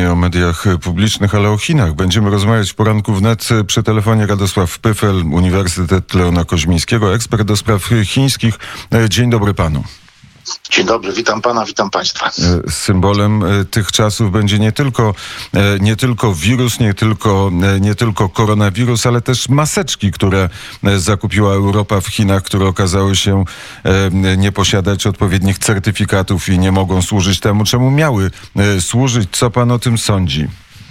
głównie o mediach publicznych, ale o Chinach. Będziemy rozmawiać w poranku wnet. Przy telefonie Radosław Pyfel, Uniwersytet Leona Koźmińskiego, ekspert do spraw chińskich. Dzień dobry panu. Dzień dobry, witam pana, witam państwa. Symbolem tych czasów będzie nie tylko wirus, nie tylko koronawirus, ale też maseczki, które zakupiła Europa w Chinach, które okazały się nie posiadać odpowiednich certyfikatów i nie mogą służyć temu, czemu miały służyć. Co pan o tym sądzi?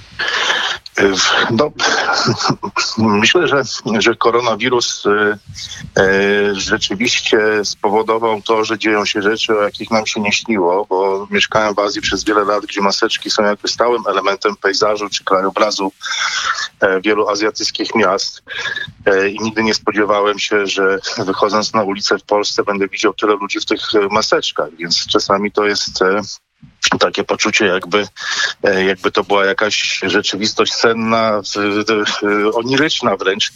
No, myślę, że koronawirus rzeczywiście spowodował to, że dzieją się rzeczy, o jakich nam się nie śniło, bo mieszkałem w Azji przez wiele lat, gdzie maseczki są jakby stałym elementem pejzażu czy krajobrazu wielu azjatyckich miast i nigdy nie spodziewałem się, że wychodząc na ulicę w Polsce będę widział tyle ludzi w tych maseczkach, więc czasami to jest takie poczucie, jakby to była jakaś rzeczywistość senna, oniryczna wręcz.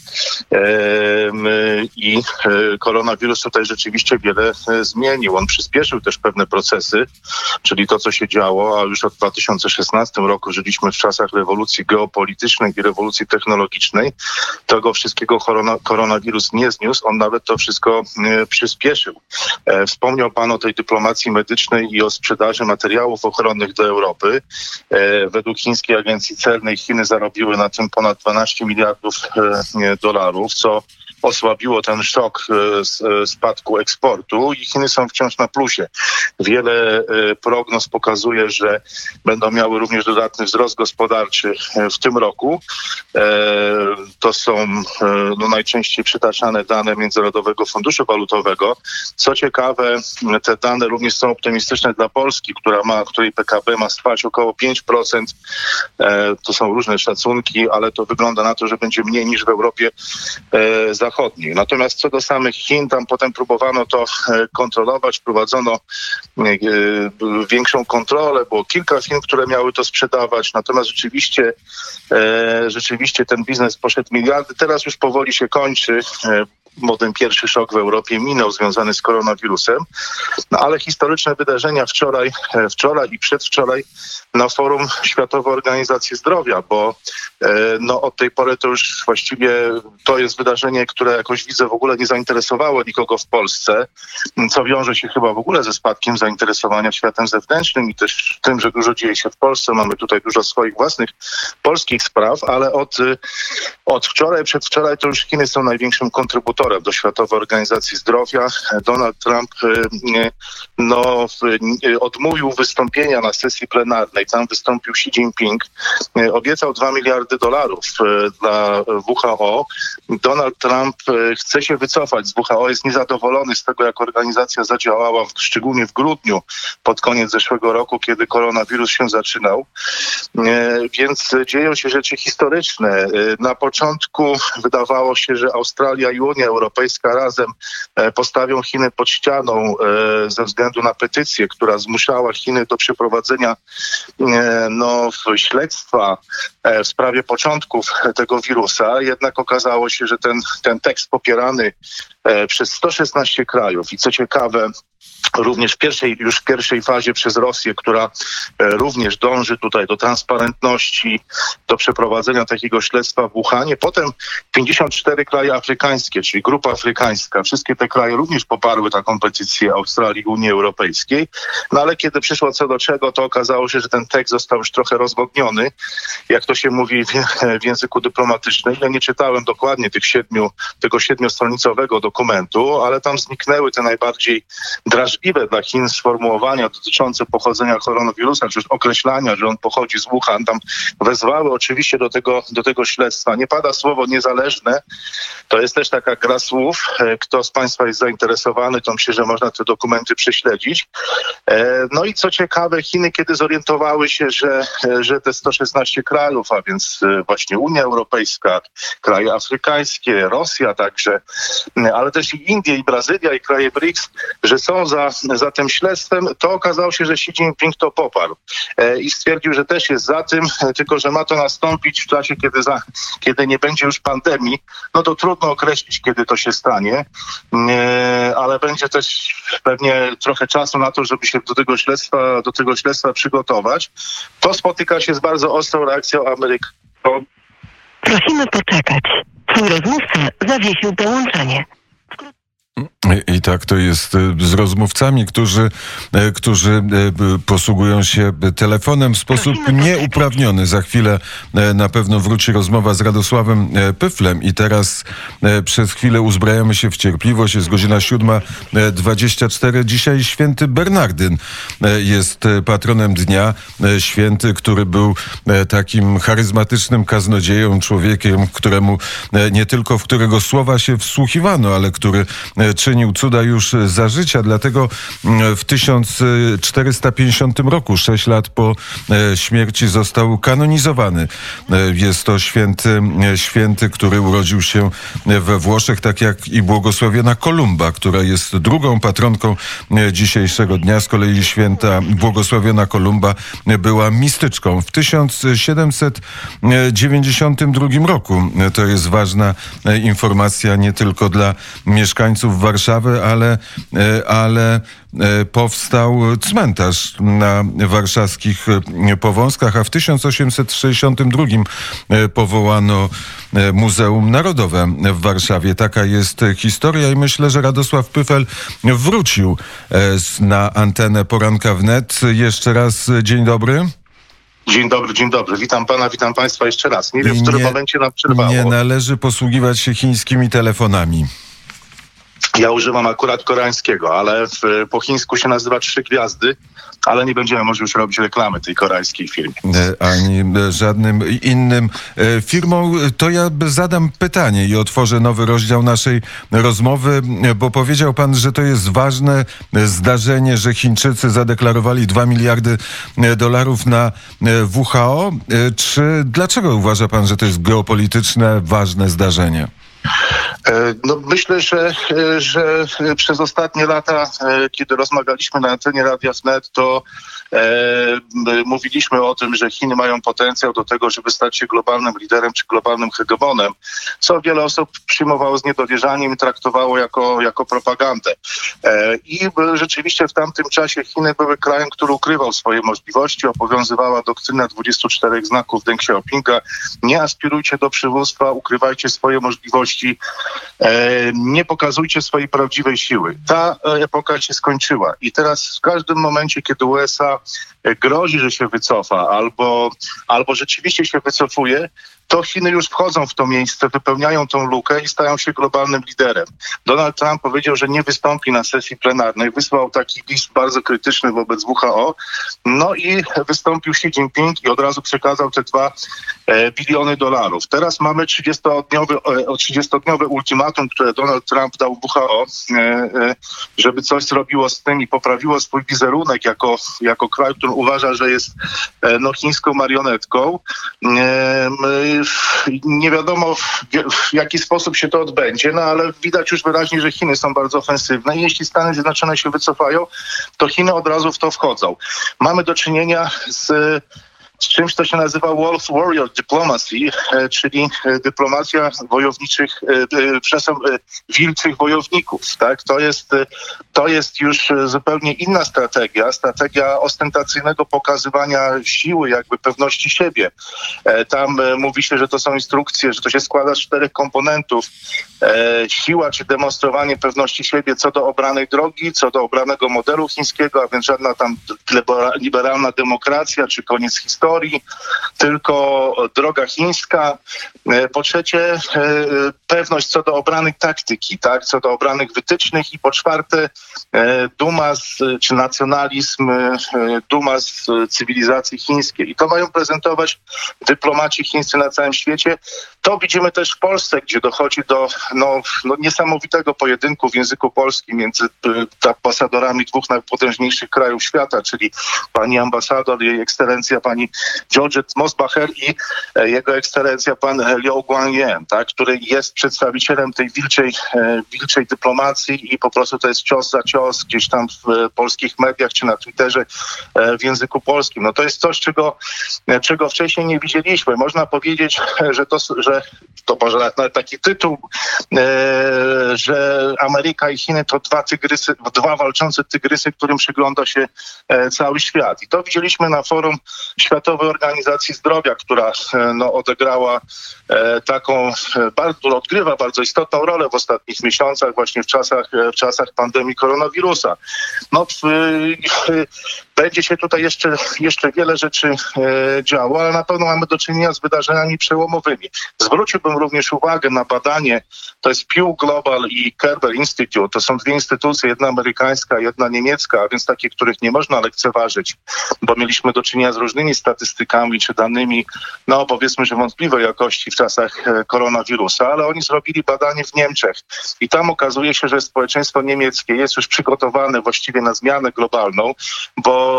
I koronawirus tutaj rzeczywiście wiele zmienił. On przyspieszył też pewne procesy, czyli to, co się działo, a już od 2016 roku żyliśmy w czasach rewolucji geopolitycznej i rewolucji technologicznej. Tego wszystkiego koronawirus nie zniósł, on nawet to wszystko przyspieszył. Wspomniał pan o tej dyplomacji medycznej i o sprzedaży materiałów ochronnych do Europy. Według Chińskiej Agencji Celnej Chiny zarobiły na tym ponad 12 miliardów dolarów, co osłabiło ten szok spadku eksportu i Chiny są wciąż na plusie. Wiele prognoz pokazuje, że będą miały również dodatni wzrost gospodarczy w tym roku. To są najczęściej przytaczane dane Międzynarodowego Funduszu Walutowego. Co ciekawe, te dane również są optymistyczne dla Polski, której PKB ma spaść około 5%. To są różne szacunki, ale to wygląda na to, że będzie mniej niż w Europie Zachodniej. Natomiast co do samych Chin, tam potem próbowano to kontrolować, prowadzono większą kontrolę, było kilka firm, które miały to sprzedawać, natomiast rzeczywiście ten biznes poszedł miliardy, teraz już powoli się kończy. Ten pierwszy szok w Europie minął związany z koronawirusem, ale historyczne wydarzenia wczoraj i przedwczoraj na forum Światowej Organizacji Zdrowia, bo od tej pory to już właściwie to jest wydarzenie, które jakoś widzę w ogóle nie zainteresowało nikogo w Polsce, co wiąże się chyba w ogóle ze spadkiem zainteresowania światem zewnętrznym i też tym, że dużo dzieje się w Polsce. Mamy tutaj dużo swoich własnych polskich spraw, ale od wczoraj, przedwczoraj to już Chiny są największym kontrybutorem do Światowej Organizacji Zdrowia. Donald Trump odmówił wystąpienia na sesji plenarnej. Tam wystąpił Xi Jinping. Obiecał $2 miliardy dla WHO. Donald Trump chce się wycofać z WHO. Jest niezadowolony z tego, jak organizacja zadziałała, szczególnie w grudniu, pod koniec zeszłego roku, kiedy koronawirus się zaczynał. Więc dzieją się rzeczy historyczne. Na początku wydawało się, że Australia i Unia Europejska razem postawią Chiny pod ścianą ze względu na petycję, która zmuszała Chiny do przeprowadzenia śledztwa w sprawie początków tego wirusa. Jednak okazało się, że ten tekst popierany przez 116 krajów i co ciekawe, również w pierwszej fazie przez Rosję, która również dąży tutaj do transparentności, do przeprowadzenia takiego śledztwa w Wuhanie. Potem 54 kraje afrykańskie, czyli grupa afrykańska, wszystkie te kraje również poparły taką petycję Australii i Unii Europejskiej. Ale kiedy przyszło co do czego, to okazało się, że ten tekst został już trochę rozwodniony, jak to się mówi w języku dyplomatycznym. Ja nie czytałem dokładnie tego 7-stronicowego dokumentu, ale tam zniknęły te najbardziej drażliwe dla Chin sformułowania dotyczące pochodzenia koronawirusa, czy określania, że on pochodzi z Wuhan. Tam wezwały oczywiście do tego śledztwa. Nie pada słowo niezależne. To jest też taka gra słów. Kto z państwa jest zainteresowany, to myślę, że można te dokumenty prześledzić. I co ciekawe, Chiny, kiedy zorientowały się, że te 116 krajów, a więc właśnie Unia Europejska, kraje afrykańskie, Rosja także, ale też i Indie, i Brazylia, i kraje BRICS, że są za za tym śledztwem, to okazało się, że Xi Jinping to poparł i stwierdził, że też jest za tym, tylko że ma to nastąpić w czasie, kiedy nie będzie już pandemii. No to trudno określić, kiedy to się stanie, ale będzie też pewnie trochę czasu na to, żeby się do tego śledztwa przygotować. To spotyka się z bardzo ostrą reakcją Amerykanów. Prosimy poczekać. Twój rozmówca zawiesił połączenie. I tak to jest z rozmówcami, którzy posługują się telefonem w sposób nieuprawniony. Za chwilę na pewno wróci rozmowa z Radosławem Pyflem i teraz przez chwilę uzbrajamy się w cierpliwość. Jest godzina 7:24. Dzisiaj święty Bernardyn jest patronem dnia. Święty, który był takim charyzmatycznym kaznodzieją, człowiekiem, w którego słowa się wsłuchiwano, ale który czynił cuda już za życia, dlatego w 1450 roku, 6 lat po śmierci, został kanonizowany. Jest to święty, który urodził się we Włoszech, tak jak i błogosławiona Kolumba, która jest drugą patronką dzisiejszego dnia. Z kolei święta błogosławiona Kolumba była mistyczką. W 1792 roku, to jest ważna informacja nie tylko dla mieszkańców Warszawy, ale powstał cmentarz na warszawskich Powązkach, a w 1862 powołano Muzeum Narodowe w Warszawie. Taka jest historia i myślę, że Radosław Pyfel wrócił na antenę Poranka Wnet. Jeszcze raz dzień dobry. Dzień dobry. Witam pana, witam państwa jeszcze raz. Nie wiem, w którym momencie nam przerwało. Nie należy posługiwać się chińskimi telefonami. Ja używam akurat koreańskiego, ale po chińsku się nazywa 3 gwiazdy, ale nie będziemy może już robić reklamy tej koreańskiej firmie. Ani żadnym innym firmom. To ja zadam pytanie i otworzę nowy rozdział naszej rozmowy, bo powiedział pan, że to jest ważne zdarzenie, że Chińczycy zadeklarowali $2 miliardy na WHO. Dlaczego uważa pan, że to jest geopolityczne, ważne zdarzenie? No myślę, że przez ostatnie lata, kiedy rozmawialiśmy na antenie Radia Wnet, to mówiliśmy o tym, że Chiny mają potencjał do tego, żeby stać się globalnym liderem czy globalnym hegemonem, co wiele osób przyjmowało z niedowierzaniem i traktowało jako propagandę. I rzeczywiście w tamtym czasie Chiny były krajem, który ukrywał swoje możliwości, obowiązywała doktryna 24 znaków Deng Xiaopinga. Nie aspirujcie do przywództwa, ukrywajcie swoje możliwości, nie pokazujcie swojej prawdziwej siły. Ta epoka się skończyła i teraz w każdym momencie, kiedy USA grozi, że się wycofa albo rzeczywiście się wycofuje, to Chiny już wchodzą w to miejsce, wypełniają tą lukę i stają się globalnym liderem. Donald Trump powiedział, że nie wystąpi na sesji plenarnej, wysłał taki list bardzo krytyczny wobec WHO, no i wystąpił Xi Jinping i od razu przekazał te $2 biliony. Teraz mamy 30-dniowe ultimatum, które Donald Trump dał WHO, żeby coś zrobiło z tym i poprawiło swój wizerunek jako kraj, który uważa, że jest chińską marionetką. Nie wiadomo w jaki sposób się to odbędzie, no ale widać już wyraźnie, że Chiny są bardzo ofensywne i jeśli Stany Zjednoczone się wycofają, to Chiny od razu w to wchodzą. Mamy do czynienia z czymś, co się nazywa Wolf Warrior Diplomacy, czyli dyplomacja wilczych wojowników. Tak? To jest już zupełnie inna strategia ostentacyjnego pokazywania siły, jakby pewności siebie. Tam mówi się, że to są instrukcje, że to się składa z 4 komponentów. Siła czy demonstrowanie pewności siebie co do obranej drogi, co do obranego modelu chińskiego, a więc żadna tam liberalna demokracja czy koniec historii, tylko droga chińska. Po trzecie, pewność co do obranej taktyki, tak, co do obranych wytycznych i po czwarte, czy nacjonalizm, duma z cywilizacji chińskiej. I to mają prezentować dyplomaci chińscy na całym świecie. To widzimy też w Polsce, gdzie dochodzi do niesamowitego pojedynku w języku polskim między ambasadorami dwóch najpotężniejszych krajów świata, czyli pani ambasador, jej ekscelencja pani Georgette Mosbacher i jego ekscelencja pan Liu Guangyan, tak, który jest przedstawicielem tej wilczej dyplomacji i po prostu to jest cios za cios gdzieś tam w polskich mediach czy na Twitterze w języku polskim. No to jest coś, czego wcześniej nie widzieliśmy. Można powiedzieć, że to może nawet taki tytuł, że Ameryka i Chiny to dwa walczące tygrysy, którym przygląda się cały świat. I to widzieliśmy na forum Światowej Organizacji Zdrowia, która odegrała odgrywa bardzo istotną rolę w ostatnich miesiącach, właśnie w czasach pandemii koronawirusa. Będzie się tutaj jeszcze wiele rzeczy działo, ale na pewno mamy do czynienia z wydarzeniami przełomowymi. Zwróciłbym również uwagę na badanie, to jest Pew Global i Kerber Institute, to są dwie instytucje, jedna amerykańska, jedna niemiecka, a więc takie, których nie można lekceważyć, bo mieliśmy do czynienia z różnymi statystykami czy danymi, powiedzmy, że wątpliwej jakości w czasach koronawirusa, ale oni zrobili badanie w Niemczech i tam okazuje się, że społeczeństwo niemieckie jest już przygotowane właściwie na zmianę globalną, bo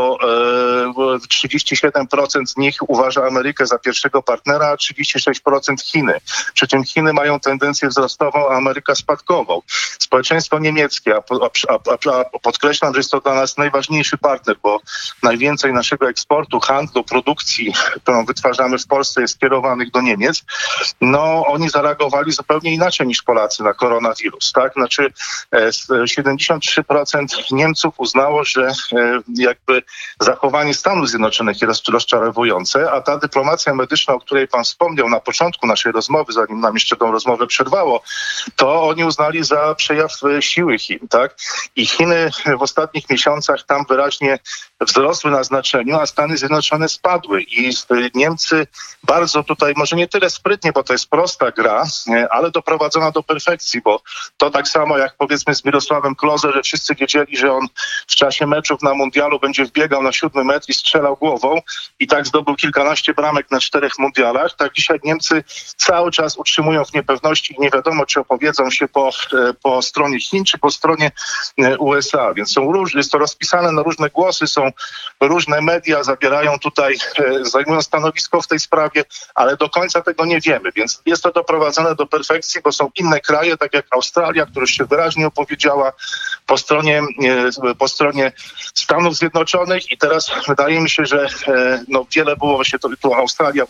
37% z nich uważa Amerykę za pierwszego partnera, a 36% Chiny. Przy czym Chiny mają tendencję wzrostową, a Ameryka spadkową. Społeczeństwo niemieckie, a podkreślam, że jest to dla nas najważniejszy partner, bo najwięcej naszego eksportu, handlu, produkcji, którą wytwarzamy w Polsce, jest skierowanych do Niemiec. Oni zareagowali zupełnie inaczej niż Polacy na koronawirus. Tak? Znaczy 73% Niemców uznało, że jakby zachowanie Stanów Zjednoczonych jest rozczarowujące, a ta dyplomacja medyczna, o której pan wspomniał na początku naszej rozmowy, zanim nam jeszcze tą rozmowę przerwało, to oni uznali za przejaw siły Chin, tak? I Chiny w ostatnich miesiącach tam wyraźnie wzrosły na znaczeniu, a Stany Zjednoczone spadły i Niemcy bardzo tutaj, może nie tyle sprytnie, bo to jest prosta gra, ale doprowadzona do perfekcji, bo to tak samo jak powiedzmy z Mirosławem Klose, że wszyscy wiedzieli, że on w czasie meczów na mundialu będzie wbiegał na 7 metr i strzelał głową i tak zdobył kilkanaście bramek na 4 mundialach. Tak dzisiaj Niemcy cały czas utrzymują w niepewności i nie wiadomo, czy opowiedzą się po stronie Chin, czy po stronie USA. Więc jest to rozpisane na różne głosy, są różne media, zajmują stanowisko w tej sprawie, ale do końca tego nie wiemy. Więc jest to doprowadzone do perfekcji, bo są inne kraje, tak jak Australia, która się wyraźnie opowiedziała po stronie Stanów Zjednoczonych i teraz wydaje mi się, że wiele było właśnie tu Australia,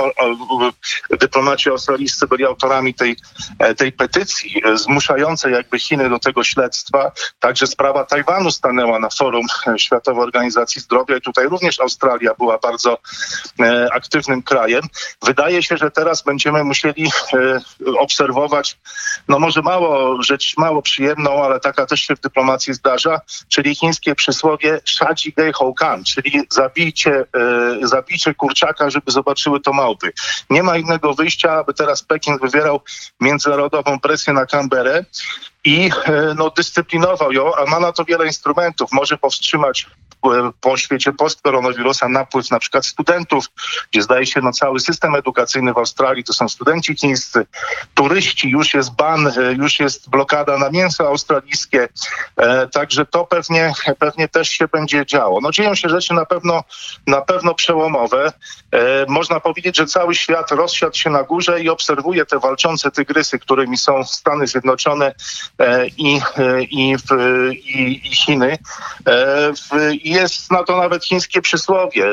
dyplomaci australijscy byli autorami tej petycji zmuszającej jakby Chiny do tego śledztwa. Także sprawa Tajwanu stanęła na forum Światowej Organizacji Zdrowia i tutaj również Australia była bardzo aktywnym krajem. Wydaje się, że teraz będziemy musieli obserwować, może rzecz mało przyjemną, ale taka też się w dyplomacji zdarza, czyli chińskie przysłowie Shaji Gei Hou Kan, czyli zabijcie kurczaka, żeby zobaczyły to małpy. Nie ma innego wyjścia, aby teraz Pekin wywierał międzynarodową presję na Canberrę i dyscyplinował ją, a ma na to wiele instrumentów. Może powstrzymać po świecie postkoronawirusa napływ na przykład studentów, gdzie zdaje się cały system edukacyjny w Australii to są studenci chińscy, turyści, już jest ban, już jest blokada na mięso australijskie, także to pewnie też się będzie działo. Dzieją się rzeczy na pewno przełomowe. Można powiedzieć, że cały świat rozsiadł się na górze i obserwuje te walczące tygrysy, którymi są Stany Zjednoczone i Chiny. Jest na to nawet chińskie przysłowie.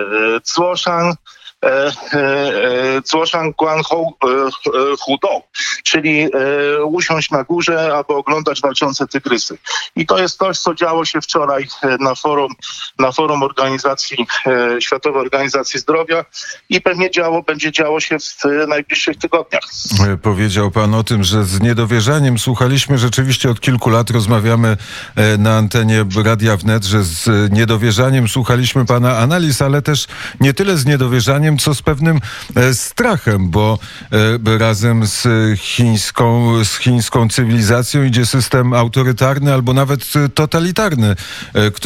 Zuoshan Guanhou Hudou, czyli usiąść na górze, aby oglądać walczące tygrysy. I to jest coś, co działo się wczoraj na forum Światowej Organizacji Zdrowia i pewnie będzie działo się w najbliższych tygodniach. Powiedział pan o tym, że z niedowierzaniem słuchaliśmy, rzeczywiście od kilku lat rozmawiamy na antenie Radia Wnet, że z niedowierzaniem słuchaliśmy pana analiz, ale też nie tyle z niedowierzaniem, co z pewnym strachem, bo razem z chińską cywilizacją idzie system autorytarny albo nawet totalitarny,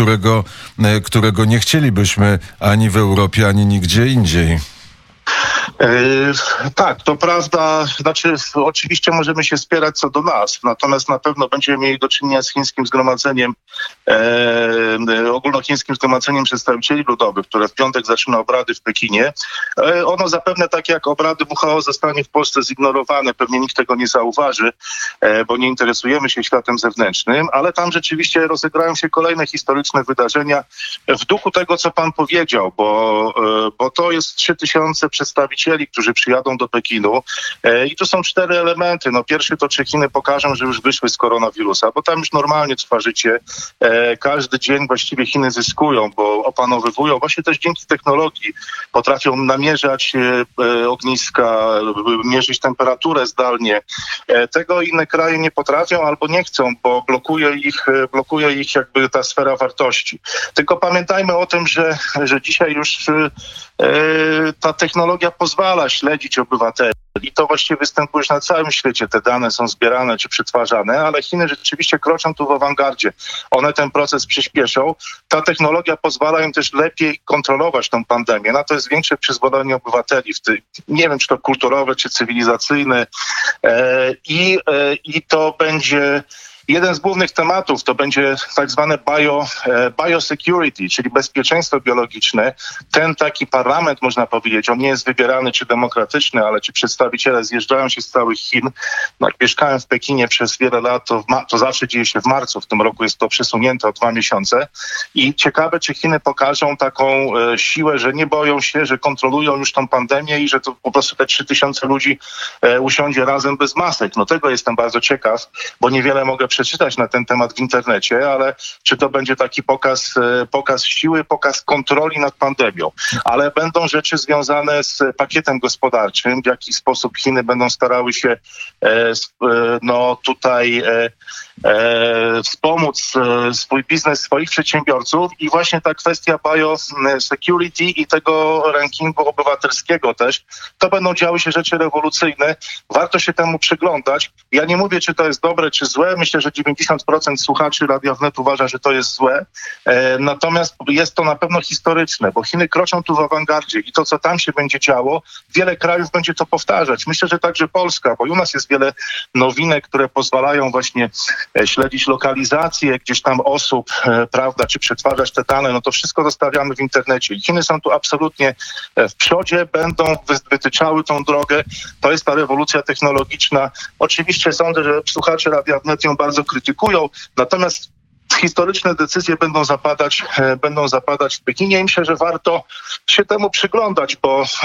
którego nie chcielibyśmy ani w Europie, ani nigdzie indziej. Tak, to prawda. Znaczy, oczywiście możemy się spierać co do nas, natomiast na pewno będziemy mieli do czynienia z chińskim zgromadzeniem, ogólnochińskim zgromadzeniem przedstawicieli ludowych, które w piątek zaczyna obrady w Pekinie. Ono zapewne, tak jak obrady WHO, zostanie w Polsce zignorowane. Pewnie nikt tego nie zauważy, bo nie interesujemy się światem zewnętrznym, ale tam rzeczywiście rozegrają się kolejne historyczne wydarzenia w duchu tego, co pan powiedział, bo to jest 3000 przedstawicieli, którzy przyjadą do Pekinu i tu są 4 elementy. No pierwszy to, czy Chiny pokażą, że już wyszły z koronawirusa, bo tam już normalnie trwa życie. Każdy dzień właściwie Chiny zyskują, bo opanowywują, właśnie też dzięki technologii potrafią namierzać ogniska, mierzyć temperaturę zdalnie. Tego inne kraje nie potrafią albo nie chcą, bo blokuje ich jakby ta sfera wartości. Tylko pamiętajmy o tym, że dzisiaj już ta technologia pozwala śledzić obywateli. I to właściwie występuje już na całym świecie. Te dane są zbierane czy przetwarzane, ale Chiny rzeczywiście kroczą tu w awangardzie. One ten proces przyspieszą. Ta technologia pozwala im też lepiej kontrolować tą pandemię. Na to jest większe przyzwolenie obywateli, nie wiem, czy to kulturowe, czy cywilizacyjne. I to będzie... Jeden z głównych tematów to będzie tak zwane biosecurity, czyli bezpieczeństwo biologiczne. Ten taki parlament, można powiedzieć, on nie jest wybierany czy demokratyczny, ale ci przedstawiciele zjeżdżają się z całych Chin. Jak mieszkałem w Pekinie przez wiele lat, to zawsze dzieje się w marcu. W tym roku jest to przesunięte o 2 miesiące. I ciekawe, czy Chiny pokażą taką siłę, że nie boją się, że kontrolują już tą pandemię i że to po prostu te 3000 ludzi usiądzie razem bez masek. No tego jestem bardzo ciekaw, bo niewiele mogę przeczytać na ten temat w internecie, ale czy to będzie taki pokaz siły, pokaz kontroli nad pandemią. Ale będą rzeczy związane z pakietem gospodarczym, w jaki sposób Chiny będą starały się wspomóc swój biznes, swoich przedsiębiorców i właśnie ta kwestia biosecurity i tego rankingu obywatelskiego też, to będą działy się rzeczy rewolucyjne. Warto się temu przyglądać. Ja nie mówię, czy to jest dobre, czy złe. Myślę, że 90% słuchaczy Radia Wnet uważa, że to jest złe. Natomiast jest to na pewno historyczne, bo Chiny kroczą tu w awangardzie i to, co tam się będzie działo, wiele krajów będzie to powtarzać. Myślę, że także Polska, bo u nas jest wiele nowinek, które pozwalają właśnie śledzić lokalizację gdzieś tam osób, prawda, czy przetwarzać te dane, no to wszystko zostawiamy w internecie. I Chiny są tu absolutnie w przodzie, będą wytyczały tą drogę. To jest ta rewolucja technologiczna. Oczywiście sądzę, że słuchacze Radia Wnet ją bardzo krytykują, natomiast historyczne decyzje będą zapadać w Pekinie i myślę, że warto się temu przyglądać,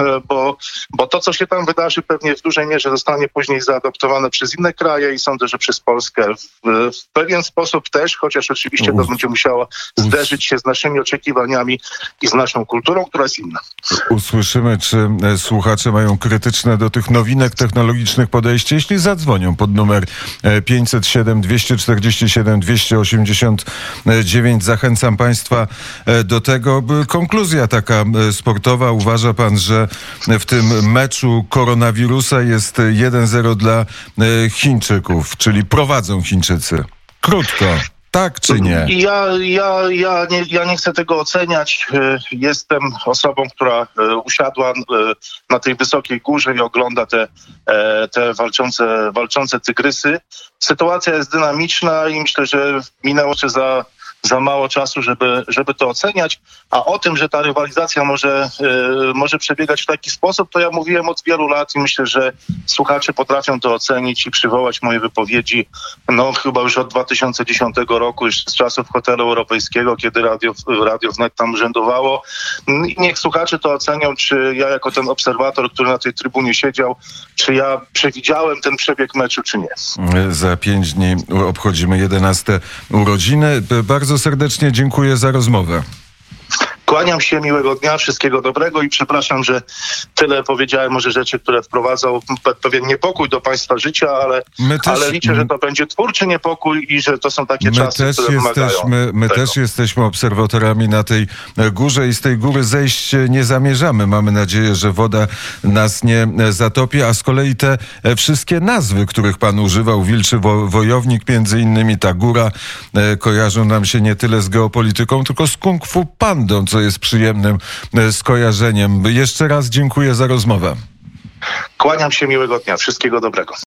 bo to, co się tam wydarzy, pewnie w dużej mierze zostanie później zaadoptowane przez inne kraje i sądzę, że przez Polskę w pewien sposób też, chociaż oczywiście to będzie musiało zderzyć się z naszymi oczekiwaniami i z naszą kulturą, która jest inna. Usłyszymy, czy słuchacze mają krytyczne do tych nowinek technologicznych podejście, jeśli zadzwonią pod numer 507 247 289. Zachęcam Państwa do tego. Konkluzja taka sportowa. Uważa Pan, że w tym meczu koronawirusa jest 1-0 dla Chińczyków, czyli prowadzą Chińczycy? Krótko. Tak czy nie? Ja nie chcę tego oceniać. Jestem osobą, która usiadła na tej wysokiej górze i ogląda te walczące tygrysy. Sytuacja jest dynamiczna i myślę, że minęło się za mało czasu, żeby to oceniać. A o tym, że ta rywalizacja może przebiegać w taki sposób, to ja mówiłem od wielu lat i myślę, że słuchacze potrafią to ocenić i przywołać moje wypowiedzi. No chyba już od 2010 roku, już z czasów hotelu europejskiego, kiedy Radio Wnet tam urzędowało. I niech słuchacze to ocenią, czy ja jako ten obserwator, który na tej trybunie siedział, czy ja przewidziałem ten przebieg meczu, czy nie. Za 5 dni obchodzimy 11 urodziny. Bardzo serdecznie dziękuję za rozmowę. Kłaniam się, miłego dnia, wszystkiego dobrego i przepraszam, że tyle powiedziałem może rzeczy, które wprowadzą pewien niepokój do państwa życia, ale liczę, że to będzie twórczy niepokój i że to są takie czasy, które wymagają. My też jesteśmy obserwatorami na tej górze i z tej góry zejść nie zamierzamy. Mamy nadzieję, że woda nas nie zatopi, a z kolei te wszystkie nazwy, których pan używał, Wilczy Wojownik, między innymi ta góra, kojarzą nam się nie tyle z geopolityką, tylko z Kung Fu Pandą, co jest przyjemnym skojarzeniem. Jeszcze raz dziękuję za rozmowę. Kłaniam się, miłego dnia, wszystkiego dobrego.